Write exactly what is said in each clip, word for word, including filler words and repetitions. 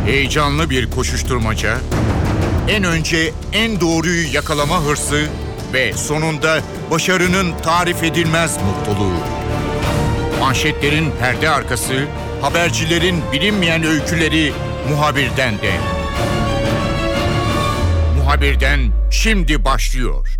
Heyecanlı bir koşuşturmaca, en önce en doğruyu yakalama hırsı ve sonunda başarının tarif edilmez mutluluğu. Manşetlerin perde arkası, habercilerin bilinmeyen öyküleri Muhabir'den de. Muhabir'den şimdi başlıyor.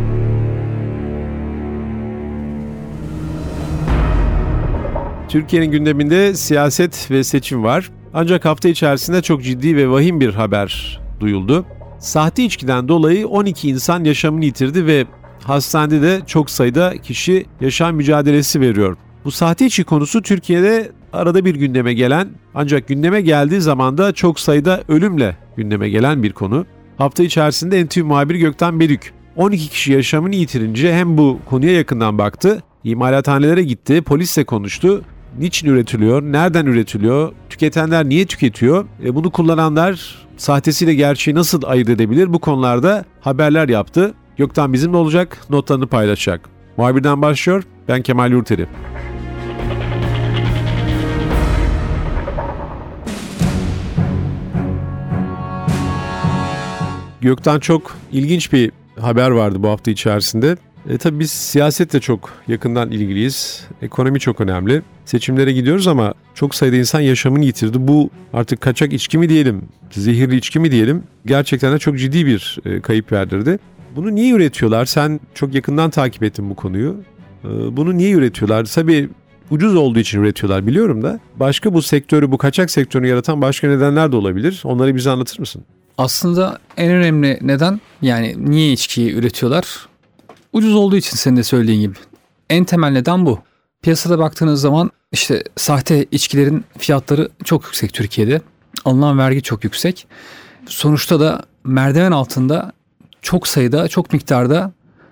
Türkiye'nin gündeminde siyaset ve seçim var. Ancak hafta içerisinde çok ciddi ve vahim bir haber duyuldu. Sahte içkiden dolayı on iki insan yaşamını yitirdi ve hastanede de çok sayıda kişi yaşam mücadelesi veriyor. Bu sahte içki konusu Türkiye'de arada bir gündeme gelen, ancak gündeme geldiği zaman da çok sayıda ölümle gündeme gelen bir konu. Hafta içerisinde N T V muhabiri Gökten Berük on iki kişi yaşamını yitirince hem bu konuya yakından baktı, imalathanelere gitti, polisle konuştu. Niçin üretiliyor, nereden üretiliyor, tüketenler niye tüketiyor, e bunu kullananlar sahtesiyle gerçeği nasıl ayırt edebilir, bu konularda haberler yaptı. Gökten bizimle olacak, notlarını paylaşacak. Muhabirden başlıyor, ben Kemal Yurteri. Gökten, çok ilginç bir haber vardı bu hafta içerisinde. E tabii biz siyasetle çok yakından ilgiliyiz. Ekonomi çok önemli. Seçimlere gidiyoruz ama çok sayıda insan yaşamını yitirdi. Bu artık kaçak içki mi diyelim, zehirli içki mi diyelim, gerçekten de çok ciddi bir e, kayıp verdirdi. Bunu niye üretiyorlar? Sen çok yakından takip ettin bu konuyu. E, bunu niye üretiyorlar? Tabii ucuz olduğu için üretiyorlar biliyorum da. Başka bu sektörü, bu kaçak sektörünü yaratan başka nedenler de olabilir. Onları bize anlatır mısın? Aslında en önemli neden, yani niye içkiyi üretiyorlar? Ucuz olduğu için, senin de söylediğin gibi. En temel neden bu. Piyasada baktığınız zaman işte sahte içkilerin fiyatları çok yüksek Türkiye'de. Alınan vergi çok yüksek. Sonuçta da merdiven altında çok sayıda, çok miktarda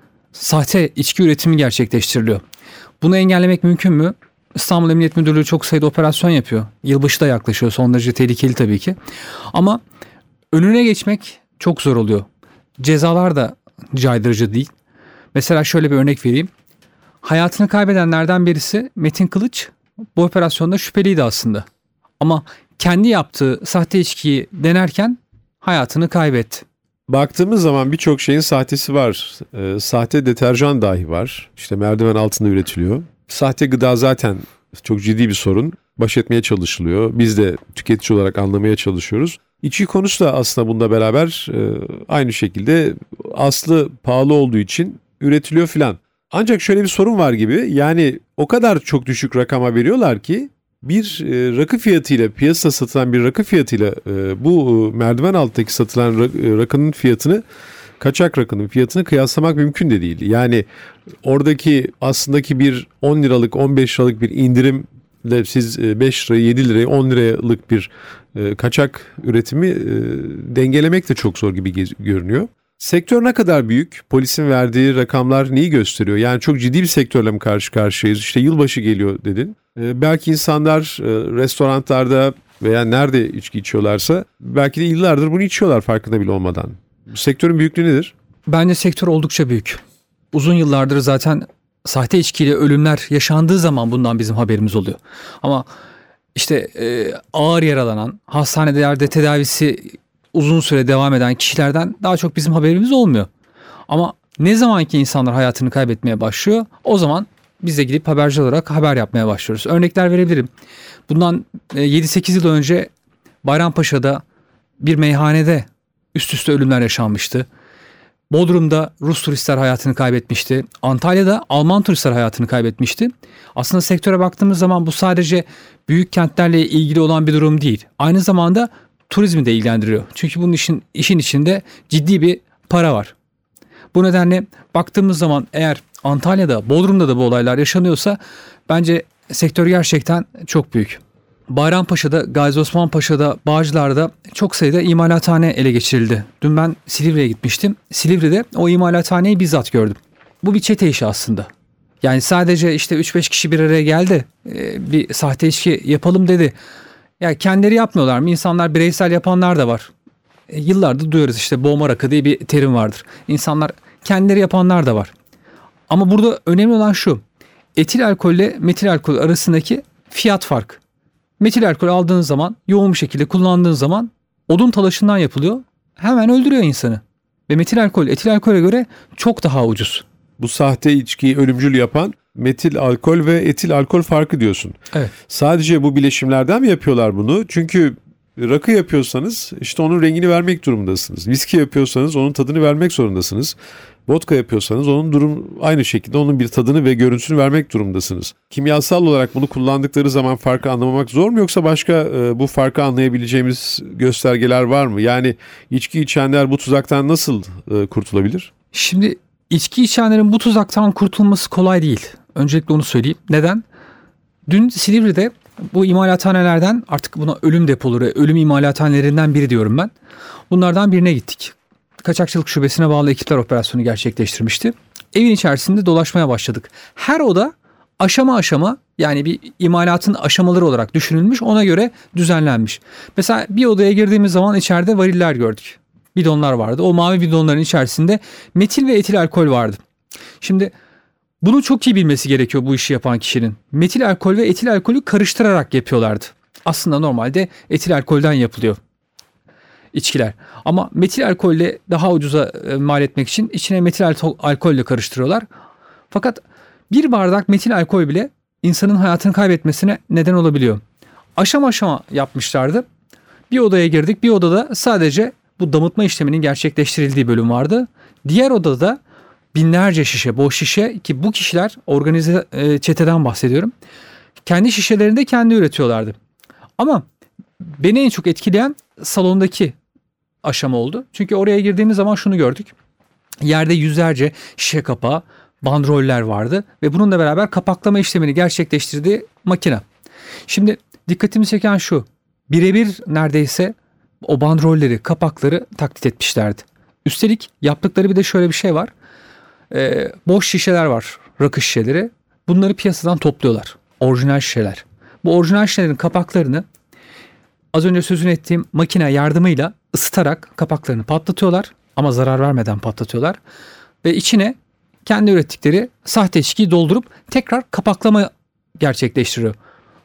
sahte içki üretimi gerçekleştiriliyor. Bunu engellemek mümkün mü? İstanbul Emniyet Müdürlüğü çok sayıda operasyon yapıyor. Yılbaşı da yaklaşıyor. Son derece tehlikeli tabii ki. Ama önüne geçmek çok zor oluyor. Cezalar da caydırıcı değil. Mesela şöyle bir örnek vereyim. Hayatını kaybedenlerden birisi Metin Kılıç bu operasyonda şüpheliydi aslında. Ama kendi yaptığı sahte içkiyi denerken hayatını kaybetti. Baktığımız zaman birçok şeyin sahtesi var. E, sahte deterjan dahi var. İşte merdiven altında üretiliyor. Sahte gıda zaten çok ciddi bir sorun. Baş etmeye çalışılıyor. Biz de tüketici olarak anlamaya çalışıyoruz. İçki konusu da aslında bununla beraber e, aynı şekilde aslı pahalı olduğu için üretiliyor filan. Ancak şöyle bir sorun var gibi, yani o kadar çok düşük rakama veriyorlar ki bir e, rakı fiyatıyla, piyasada satılan bir rakı fiyatıyla e, bu e, merdiven alttaki satılan rak, e, rakının fiyatını, kaçak rakının fiyatını kıyaslamak mümkün de değil. Yani oradaki aslındaki bir on liralık, on beş liralık bir indirimle siz e, beş lirayı, yedi lirayı, on liralık bir e, kaçak üretimi e, dengelemek de çok zor gibi gez- görünüyor. Sektör ne kadar büyük? Polisin verdiği rakamlar neyi gösteriyor? Yani çok ciddi bir sektörle mi karşı karşıyayız? İşte yılbaşı geliyor dedin. Ee, belki insanlar e, restoranlarda veya nerede içki içiyorlarsa belki de yıllardır bunu içiyorlar farkında bile olmadan. Bu sektörün büyüklüğü nedir? Bence sektör oldukça büyük. Uzun yıllardır zaten sahte içkiyle ölümler yaşandığı zaman bundan bizim haberimiz oluyor. Ama işte e, ağır yaralanan, hastanelerde tedavisi uzun süre devam eden kişilerden daha çok bizim haberimiz olmuyor. Ama ne zaman ki insanlar hayatını kaybetmeye başlıyor, o zaman biz de gidip haberci olarak haber yapmaya başlıyoruz. Örnekler verebilirim. Bundan yedi sekiz yıl önce Bayrampaşa'da bir meyhanede üst üste ölümler yaşanmıştı. Bodrum'da Rus turistler hayatını kaybetmişti. Antalya'da Alman turistler hayatını kaybetmişti. Aslında sektöre baktığımız zaman bu sadece büyük kentlerle ilgili olan bir durum değil. Aynı zamanda turizmi de ilgilendiriyor. Çünkü bunun işin, işin içinde ciddi bir para var. Bu nedenle baktığımız zaman eğer Antalya'da, Bodrum'da da bu olaylar yaşanıyorsa bence sektör gerçekten çok büyük. Bayrampaşa'da, Gazi Osman Paşa'da, Bağcılar'da çok sayıda imalathane ele geçirildi. Dün ben Silivri'ye gitmiştim. Silivri'de o imalathaneyi bizzat gördüm. Bu bir çete işi aslında. Yani sadece işte üç beş kişi bir araya geldi, bir sahte içki yapalım dedi. Ya kendileri yapmıyorlar mı? İnsanlar bireysel yapanlar da var. E, yıllardır duyuyoruz, işte boğma rakı diye bir terim vardır. İnsanlar kendileri yapanlar da var. Ama burada önemli olan şu: etil alkolle metil alkol arasındaki fiyat farkı. Metil alkol aldığın zaman, yoğun bir şekilde kullandığın zaman odun talaşından yapılıyor. Hemen öldürüyor insanı. Ve metil alkol etil alkole göre çok daha ucuz. Bu sahte içkiyi ölümcül yapan metil alkol ve etil alkol farkı diyorsun. Evet. Sadece bu bileşimlerden mi yapıyorlar bunu? Çünkü rakı yapıyorsanız işte onun rengini vermek durumundasınız. Viski yapıyorsanız onun tadını vermek zorundasınız. Vodka yapıyorsanız onun durum aynı şekilde onun bir tadını ve görüntüsünü vermek durumundasınız. Kimyasal olarak bunu kullandıkları zaman farkı anlamamak zor mu, yoksa başka e, bu farkı anlayabileceğimiz göstergeler var mı? Yani içki içenler bu tuzaktan nasıl e, kurtulabilir? Şimdi içki içenlerin bu tuzaktan kurtulması kolay değil. Öncelikle onu söyleyeyim. Neden? Dün Silivri'de bu imalathanelerden, artık buna ölüm depoları, ölüm imalathanelerinden biri diyorum ben. Bunlardan birine gittik. Kaçakçılık şubesine bağlı ekipler operasyonu gerçekleştirmişti. Evin içerisinde dolaşmaya başladık. Her oda aşama aşama, yani bir imalatın aşamaları olarak düşünülmüş, ona göre düzenlenmiş. Mesela bir odaya girdiğimiz zaman içeride variller gördük. Bidonlar vardı. O mavi bidonların içerisinde metil ve etil alkol vardı. Şimdi bunu çok iyi bilmesi gerekiyor bu işi yapan kişinin. Metil alkol ve etil alkolü karıştırarak yapıyorlardı. Aslında normalde etil alkolden yapılıyor içkiler. Ama metil alkolle daha ucuza e, mal etmek için içine metil alto- alkolle karıştırıyorlar. Fakat bir bardak metil alkol bile insanın hayatını kaybetmesine neden olabiliyor. Aşama aşama yapmışlardı. Bir odaya girdik. Bir odada sadece bu damıtma işleminin gerçekleştirildiği bölüm vardı. Diğer odada binlerce şişe, boş şişe, ki bu kişiler organize e, çeteden bahsediyorum. Kendi şişelerini de kendi üretiyorlardı. Ama beni en çok etkileyen salondaki aşama oldu. Çünkü oraya girdiğimiz zaman şunu gördük. Yerde yüzlerce şişe kapağı, bandroller vardı ve bununla beraber kapaklama işlemini gerçekleştirdiği makine. Şimdi dikkatimi çeken şu. Birebir neredeyse o bandrolleri, kapakları taklit etmişlerdi. Üstelik yaptıkları bir de şöyle bir şey var. Ee, boş şişeler var, rakı şişeleri. Bunları piyasadan topluyorlar. Orijinal şişeler. Bu orijinal şişelerin kapaklarını az önce sözünü ettiğim makine yardımıyla ısıtarak kapaklarını patlatıyorlar. Ama zarar vermeden patlatıyorlar. Ve içine kendi ürettikleri sahte içkiyi doldurup tekrar kapaklama gerçekleştiriyor.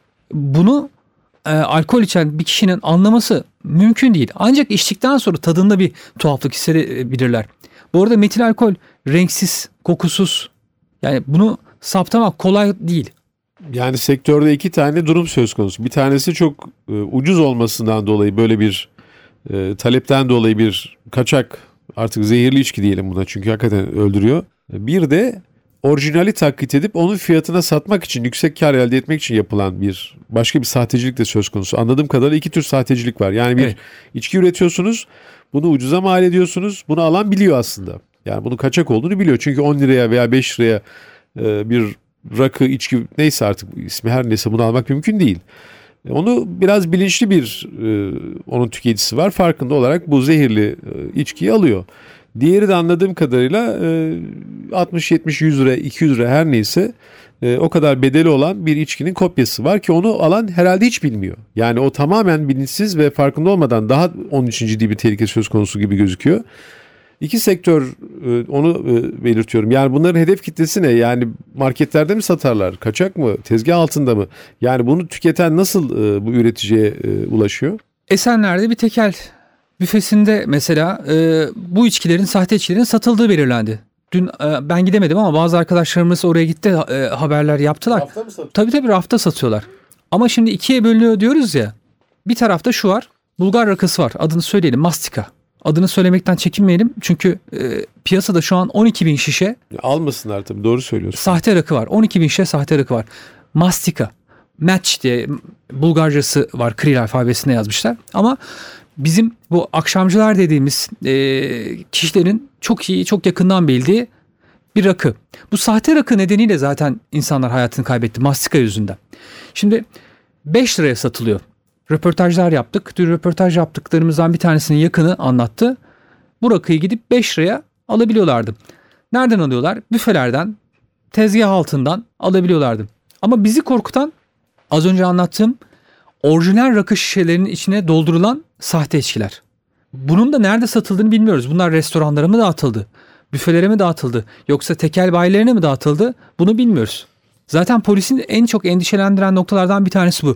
Bunu e, alkol içen bir kişinin anlaması mümkün değil. Ancak içtikten sonra tadında bir tuhaflık hissedebilirler. Bu arada metil alkol renksiz, kokusuz. Yani bunu saptamak kolay değil. Yani sektörde iki tane durum söz konusu. Bir tanesi çok e, ucuz olmasından dolayı, böyle bir e, talepten dolayı bir kaçak, artık zehirli içki diyelim buna, çünkü hakikaten öldürüyor. Bir de orijinali taklit edip onun fiyatına satmak için, yüksek kar elde etmek için yapılan bir başka bir sahtecilik de söz konusu. Anladığım kadarıyla iki tür sahtecilik var. Yani bir Evet. içki üretiyorsunuz, bunu ucuza mal ediyorsunuz. Bunu alan biliyor aslında. Yani bunun kaçak olduğunu biliyor. Çünkü on liraya veya beş liraya e, bir rakı, içki, neyse artık ismi her neyse, bunu almak mümkün değil. Onu biraz bilinçli bir e, onun tüketicisi var. Farkında olarak bu zehirli e, içkiyi alıyor. Diğeri de anladığım kadarıyla e, altmış yetmiş yüz lira, iki yüz lira her neyse e, o kadar bedeli olan bir içkinin kopyası var ki onu alan herhalde hiç bilmiyor. Yani o tamamen bilinçsiz ve farkında olmadan daha onun için ciddi bir tehlike söz konusu gibi gözüküyor. İki sektör, onu belirtiyorum. Yani bunların hedef kitlesi ne? Yani marketlerde mi satarlar? Kaçak mı? Tezgah altında mı? Yani bunu tüketen nasıl bu üreticiye ulaşıyor? Esenler'de bir tekel büfesinde mesela e, bu içkilerin, sahte içkilerin satıldığı belirlendi. Dün e, ben gidemedim ama bazı arkadaşlarımız oraya gitti, e, haberler yaptılar. Rafta mı satıyor? Tabii tabii rafta satıyorlar. Ama şimdi ikiye bölünüyor diyoruz ya. Bir tarafta şu var. Bulgar rakısı var. Adını söyleyelim. Mastika. Adını söylemekten çekinmeyelim. Çünkü e, piyasada şu an on iki bin şişe Almasınlar tabii, doğru söylüyorsun. sahte rakı var. on iki bin şişe sahte rakı var. Mastika. Match diye Bulgarcası var. Kiril alfabesinde yazmışlar. Ama bizim bu akşamcılar dediğimiz e, kişilerin çok iyi, çok yakından bildiği bir rakı. Bu sahte rakı nedeniyle zaten insanlar hayatını kaybetti. Mastika yüzünden. Şimdi beş liraya satılıyor. Röportajlar yaptık. Dün röportaj yaptıklarımızdan bir tanesinin yakını anlattı. Bu rakıyı gidip beş liraya alabiliyorlardı. Nereden alıyorlar? Büfelerden, tezgah altından alabiliyorlardı. Ama bizi korkutan az önce anlattığım orijinal rakı şişelerinin içine doldurulan sahte içkiler. Bunun da nerede satıldığını bilmiyoruz. Bunlar restoranlara mı dağıtıldı? Büfelere mi dağıtıldı? Yoksa tekel bayilerine mi dağıtıldı? Bunu bilmiyoruz. Zaten polisin en çok endişelendiren noktalardan bir tanesi bu.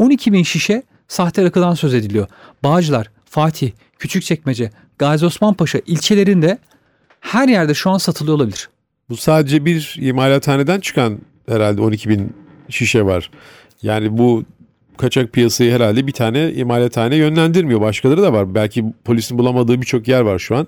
on iki bin şişe sahte rakıdan söz ediliyor. Bağcılar, Fatih, Küçükçekmece, Gazi Osman Paşa ilçelerinde her yerde şu an satılıyor olabilir. Bu sadece bir imalathaneden çıkan herhalde on iki bin şişe var. Yani bu kaçak piyasayı herhalde bir tane imalathane yönlendirmiyor. Başkaları da var. Belki polisin bulamadığı birçok yer var şu an.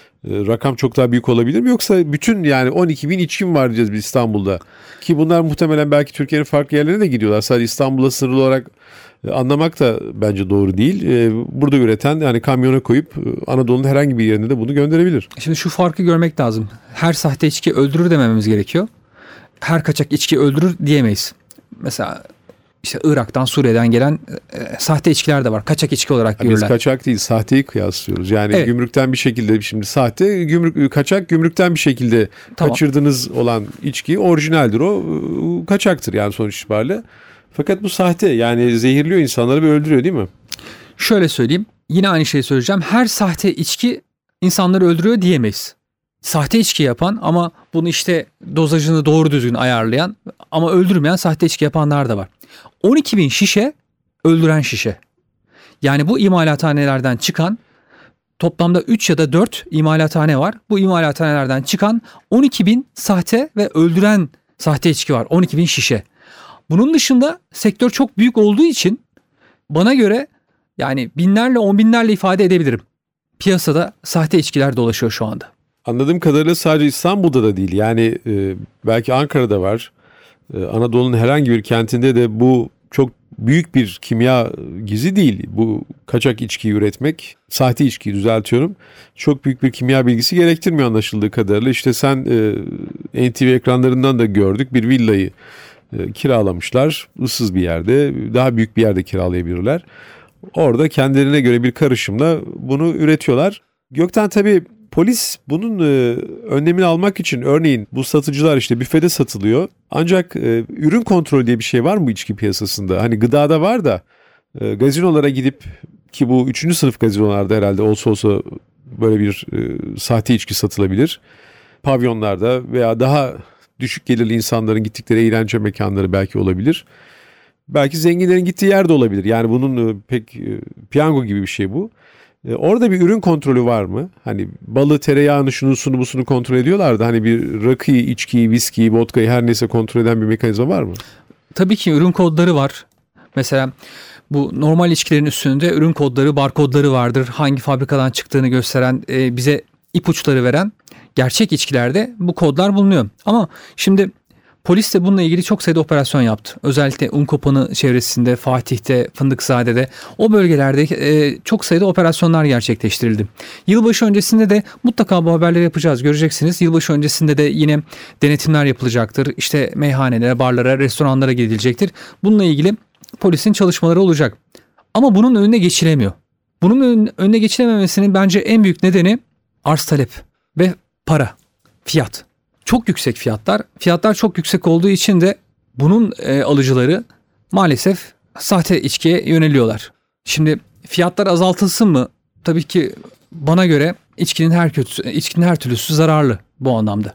Rakam çok daha büyük olabilir mi? Yoksa bütün yani on iki bin içkin var diyeceğiz biz İstanbul'da. Ki bunlar muhtemelen belki Türkiye'nin farklı yerlerine de gidiyorlar. Sadece İstanbul'a sınırlı olarak anlamak da bence doğru değil. Burada üreten yani kamyona koyup Anadolu'nun herhangi bir yerine de bunu gönderebilir. Şimdi şu farkı görmek lazım. Her sahte içki öldürür demememiz gerekiyor. Her kaçak içki öldürür diyemeyiz. Mesela işte Irak'tan, Suriye'den gelen e, sahte içkiler de var. Kaçak içki olarak Yani görürler. biz kaçak değil, sahteyi kıyaslıyoruz. Yani Evet. gümrükten bir şekilde şimdi sahte, gümrük kaçak gümrükten bir şekilde Tamam. kaçırdığınız olan içki orijinaldir, o kaçaktır yani sonuç itibariyle. Fakat bu sahte, yani zehirliyor insanları ve öldürüyor değil mi? Şöyle söyleyeyim. Yine aynı şeyi söyleyeceğim. Her sahte içki insanları öldürüyor diyemeyiz. Sahte içki yapan ama bunu işte dozajını doğru düzgün ayarlayan ama öldürmeyen sahte içki yapanlar da var. on iki bin şişe öldüren şişe. Yani bu imalathanelerden çıkan toplamda üç ya da dört imalathane var. Bu imalathanelerden çıkan on iki bin sahte ve öldüren sahte içki var. on iki bin şişe. Bunun dışında sektör çok büyük olduğu için bana göre yani binlerle on binlerle ifade edebilirim. Piyasada sahte içkiler dolaşıyor şu anda. Anladığım kadarıyla sadece İstanbul'da da değil. Yani e, belki Ankara'da var. E, Anadolu'nun herhangi bir kentinde de bu çok büyük bir kimya gizi değil. Bu kaçak içkiyi üretmek, sahte içkiyi düzeltiyorum. Çok büyük bir kimya bilgisi gerektirmiyor anlaşıldığı kadarıyla. İşte sen e, N T V ekranlarından da gördük, bir villayı e, kiralamışlar. Issız bir yerde, daha büyük bir yerde kiralayabilirler. Orada kendilerine göre bir karışımla bunu üretiyorlar. Gökten tabii polis bunun e, önlemini almak için örneğin bu satıcılar işte büfede satılıyor. Ancak e, ürün kontrolü diye bir şey var mı bu içki piyasasında? Hani gıdada var da e, gazinolara gidip, ki bu üçüncü sınıf gazinolarda herhalde olsa olsa böyle bir e, sahte içki satılabilir. Pavyonlarda veya daha düşük gelirli insanların gittikleri eğlence mekanları belki olabilir. Belki zenginlerin gittiği yerde olabilir. Yani bunun e, pek e, piyango gibi bir şey bu. Orada bir ürün kontrolü var mı? Hani balı, tereyağını, şunu, şunu, busunu kontrol ediyorlar da hani bir rakıyı, içkiyi, viskiyi, vodkayı her neyse kontrol eden bir mekanizma var mı? Tabii ki ürün kodları var. Mesela bu normal içkilerin üstünde ürün kodları, barkodları vardır. Hangi fabrikadan çıktığını gösteren, e, bize ipuçları veren gerçek içkilerde bu kodlar bulunuyor. Ama şimdi polis de bununla ilgili çok sayıda operasyon yaptı. Özellikle Unkopanı çevresinde, Fatih'te, Fındıkzade'de o bölgelerde e, çok sayıda operasyonlar gerçekleştirildi. Yılbaşı öncesinde de mutlaka bu haberleri yapacağız, göreceksiniz. Yılbaşı öncesinde de yine denetimler yapılacaktır. İşte meyhanelere, barlara, restoranlara gidilecektir. Bununla ilgili polisin çalışmaları olacak. Ama bunun önüne geçilemiyor. Bunun önüne geçilememesinin bence en büyük nedeni arz talep ve para, fiyat. Çok yüksek fiyatlar. Fiyatlar çok yüksek olduğu için de bunun e, alıcıları maalesef sahte içkiye yöneliyorlar. Şimdi fiyatlar azaltılsın mı? Tabii ki bana göre içkinin her kötüsü, içkinin her türlüsü zararlı bu anlamda.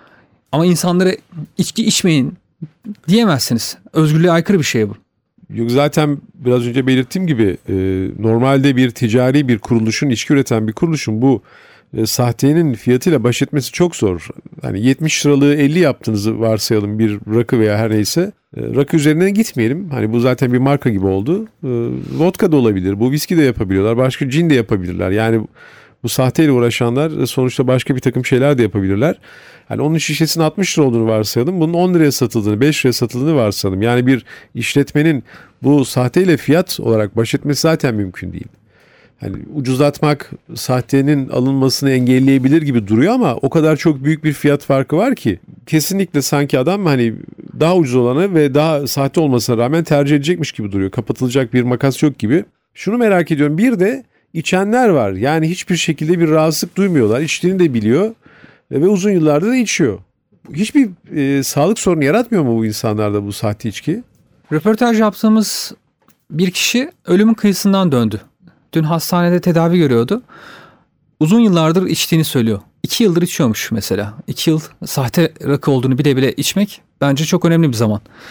Ama insanlara içki içmeyin diyemezsiniz. Özgürlüğe aykırı bir şey bu. Yok, zaten biraz önce belirttiğim gibi e, normalde bir ticari bir kuruluşun, içki üreten bir kuruluşun bu E, sahtenin fiyatıyla baş etmesi çok zor. Hani yetmiş liralığı elli yaptığınızı varsayalım bir rakı veya her neyse. E, rakı üzerinden gitmeyelim. Hani bu zaten bir marka gibi oldu. E, vodka da olabilir. Bu viski de yapabiliyorlar. Başka cin de yapabilirler. Yani bu sahteyle uğraşanlar sonuçta başka bir takım şeyler de yapabilirler. Hani onun şişesinin altmış lira olduğunu varsayalım. Bunun on liraya satıldığını, beş liraya satıldığını varsayalım. Yani bir işletmenin bu sahteyle fiyat olarak baş etmesi zaten mümkün değil. Yani ucuzlatmak sahtenin alınmasını engelleyebilir gibi duruyor ama o kadar çok büyük bir fiyat farkı var ki kesinlikle sanki adam hani daha ucuz olanı ve daha sahte olmasına rağmen tercih edecekmiş gibi duruyor. Kapatılacak bir makas yok gibi. Şunu merak ediyorum, bir de içenler var. Yani hiçbir şekilde bir rahatsızlık duymuyorlar. İçtiğini de biliyor ve uzun yıllardır da içiyor. Hiçbir e, sağlık sorunu yaratmıyor mu bu insanlarda bu sahte içki? Röportaj yaptığımız bir kişi ölümün kıyısından döndü. Dün hastanede tedavi görüyordu. Uzun yıllardır içtiğini söylüyor. İki yıldır içiyormuş mesela. İki yıl sahte rakı olduğunu bile bile içmek bence çok önemli bir zaman.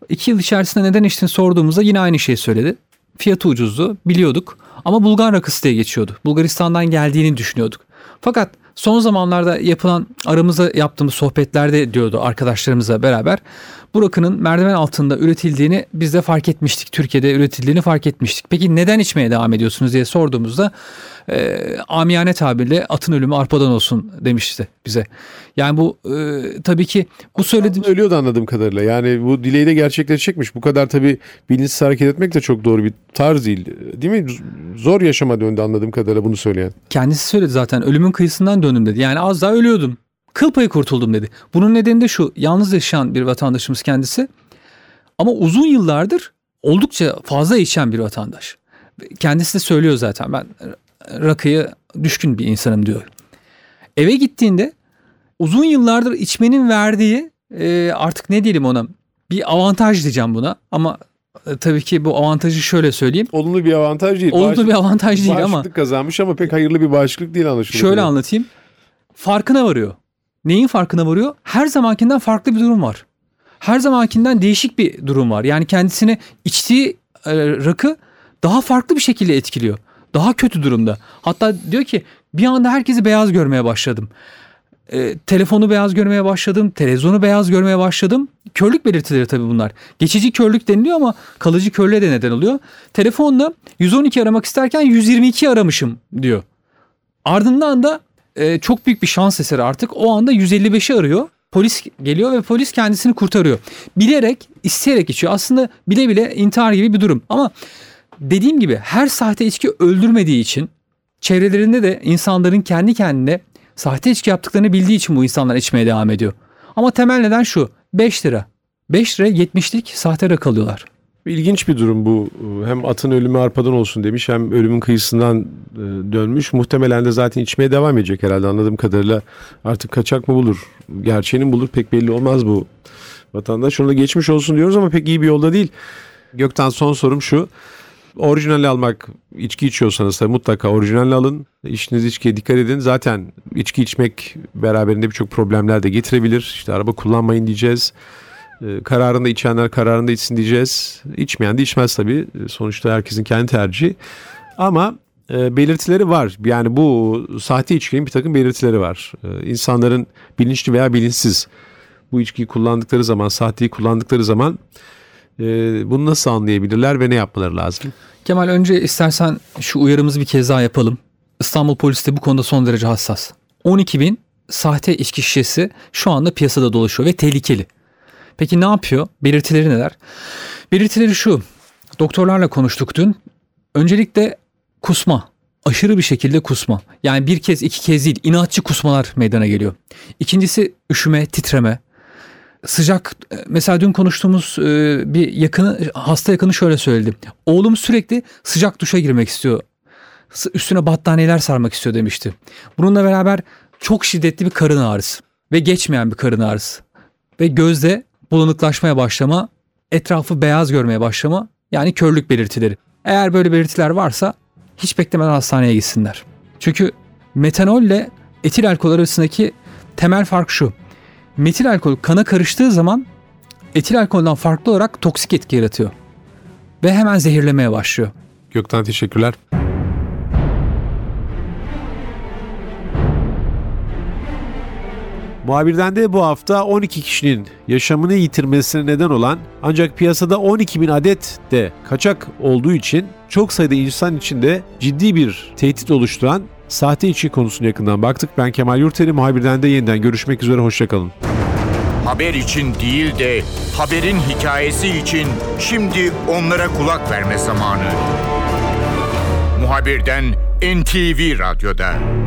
İki yıl içerisinde neden içtiğini sorduğumuzda yine aynı şeyi söyledi. Fiyatı ucuzdu, biliyorduk ama Bulgar rakısı diye geçiyordu. Bulgaristan'dan geldiğini düşünüyorduk. Fakat son zamanlarda yapılan, aramızda yaptığımız sohbetlerde diyordu arkadaşlarımızla beraber, bu rakının merdiven altında üretildiğini biz de fark etmiştik. Türkiye'de üretildiğini fark etmiştik. Peki neden içmeye devam ediyorsunuz diye sorduğumuzda e, amiyane tabirle atın ölümü arpadan olsun demişti bize. Yani bu e, tabii ki bu söylediğim... Ölüyordu anladığım kadarıyla. Yani bu dileği de gerçekleşecekmiş. Bu kadar tabii bilinçsiz hareket etmek de çok doğru bir tarz değil. Değil mi? Zor yaşama döndü anladığım kadarıyla bunu söyleyen. Kendisi söyledi zaten, ölümün kıyısından döndüm dedi. Yani az daha ölüyordum. Kıl payı kurtuldum dedi. Bunun nedeni de şu: yalnız yaşayan bir vatandaşımız kendisi ama uzun yıllardır oldukça fazla içen bir vatandaş. Kendisi de söylüyor zaten, ben rakıya düşkün bir insanım diyor. Eve gittiğinde uzun yıllardır içmenin verdiği e, artık ne diyelim ona, bir avantaj diyeceğim buna ama e, tabii ki bu avantajı şöyle söyleyeyim. Olumlu bir avantaj değil. Olumlu Bağış, bir avantaj değil ama. Bağışıklık kazanmış ama pek hayırlı bir bağışıklık değil anlaşılan. Şöyle anlatayım. Farkına varıyor. Neyin farkına varıyor? Her zamankinden farklı bir durum var. Her zamankinden değişik bir durum var. Yani kendisini içtiği e, rakı daha farklı bir şekilde etkiliyor. Daha kötü durumda. Hatta diyor ki bir anda herkesi beyaz görmeye başladım. E, telefonu beyaz görmeye başladım. Televizyonu beyaz görmeye başladım. Körlük belirtileri tabii bunlar. Geçici körlük deniliyor ama kalıcı körlüğe de neden oluyor. Telefonla yüz on iki aramak isterken yüz yirmi iki aramışım diyor. Ardından da e, çok büyük bir şans eseri artık o anda yüz elli beşi arıyor. Polis geliyor ve polis kendisini kurtarıyor. Bilerek, isteyerek içiyor. Aslında bile bile intihar gibi bir durum. Ama dediğim gibi her sahte içki öldürmediği için, çevrelerinde de insanların kendi kendine sahte içki yaptıklarını bildiği için bu insanlar içmeye devam ediyor. Ama temel neden şu: beş lira. beş lira yetmişlik sahte rakı alıyorlar. İlginç bir durum bu. Hem atın ölümü arpadan olsun demiş, hem ölümün kıyısından dönmüş. Muhtemelen de zaten içmeye devam edecek herhalde anladığım kadarıyla. Artık kaçak mı bulur, gerçeğini mi bulur pek belli olmaz bu vatandaş. Ona geçmiş olsun diyoruz ama pek iyi bir yolda değil. Gökten, son sorum şu: orijinal almak, içki içiyorsanız da mutlaka orijinal alın. İçtiğiniz içkiye dikkat edin. Zaten içki içmek beraberinde birçok problemler de getirebilir. İşte araba kullanmayın diyeceğiz. Kararında içenler kararında içsin diyeceğiz. İçmeyen de içmez tabii. Sonuçta herkesin kendi tercihi. Ama e, belirtileri var. Yani bu sahte içkinin bir takım belirtileri var. E, insanların bilinçli veya bilinçsiz bu içkiyi kullandıkları zaman, sahteyi kullandıkları zaman e, bunu nasıl anlayabilirler ve ne yapmaları lazım? Kemal, önce istersen şu uyarımızı bir kez daha yapalım. İstanbul Polisi de bu konuda son derece hassas. on iki bin sahte içki şişesi şu anda piyasada dolaşıyor ve tehlikeli. Peki ne yapıyor? Belirtileri neler? Belirtileri şu: doktorlarla konuştuk dün. Öncelikle kusma. Aşırı bir şekilde kusma. Yani bir kez, iki kez değil, inatçı kusmalar meydana geliyor. İkincisi üşüme, titreme. Sıcak, mesela dün konuştuğumuz bir yakını, hasta yakını şöyle söyledi. Oğlum sürekli sıcak duşa girmek istiyor. Üstüne battaniyeler sarmak istiyor demişti. Bununla beraber çok şiddetli bir karın ağrısı ve geçmeyen bir karın ağrısı. Ve gözde bulanıklaşmaya başlama, etrafı beyaz görmeye başlama, yani körlük belirtileri. Eğer böyle belirtiler varsa hiç beklemeden hastaneye gitsinler. Çünkü metanol ile etil alkol arasındaki temel fark şu: metil alkol kana karıştığı zaman etil alkolden farklı olarak toksik etki yaratıyor ve hemen zehirlemeye başlıyor. Gökten, teşekkürler. Muhabirden de bu hafta on iki kişinin yaşamını yitirmesine neden olan, ancak piyasada on iki bin adet de kaçak olduğu için çok sayıda insan için de ciddi bir tehdit oluşturan sahte içki konusuna yakından baktık. Ben Kemal Yurteli, Muhabirden de yeniden görüşmek üzere, hoşçakalın. Haber için değil de haberin hikayesi için şimdi onlara kulak verme zamanı. Muhabirden N T V Radyo'da.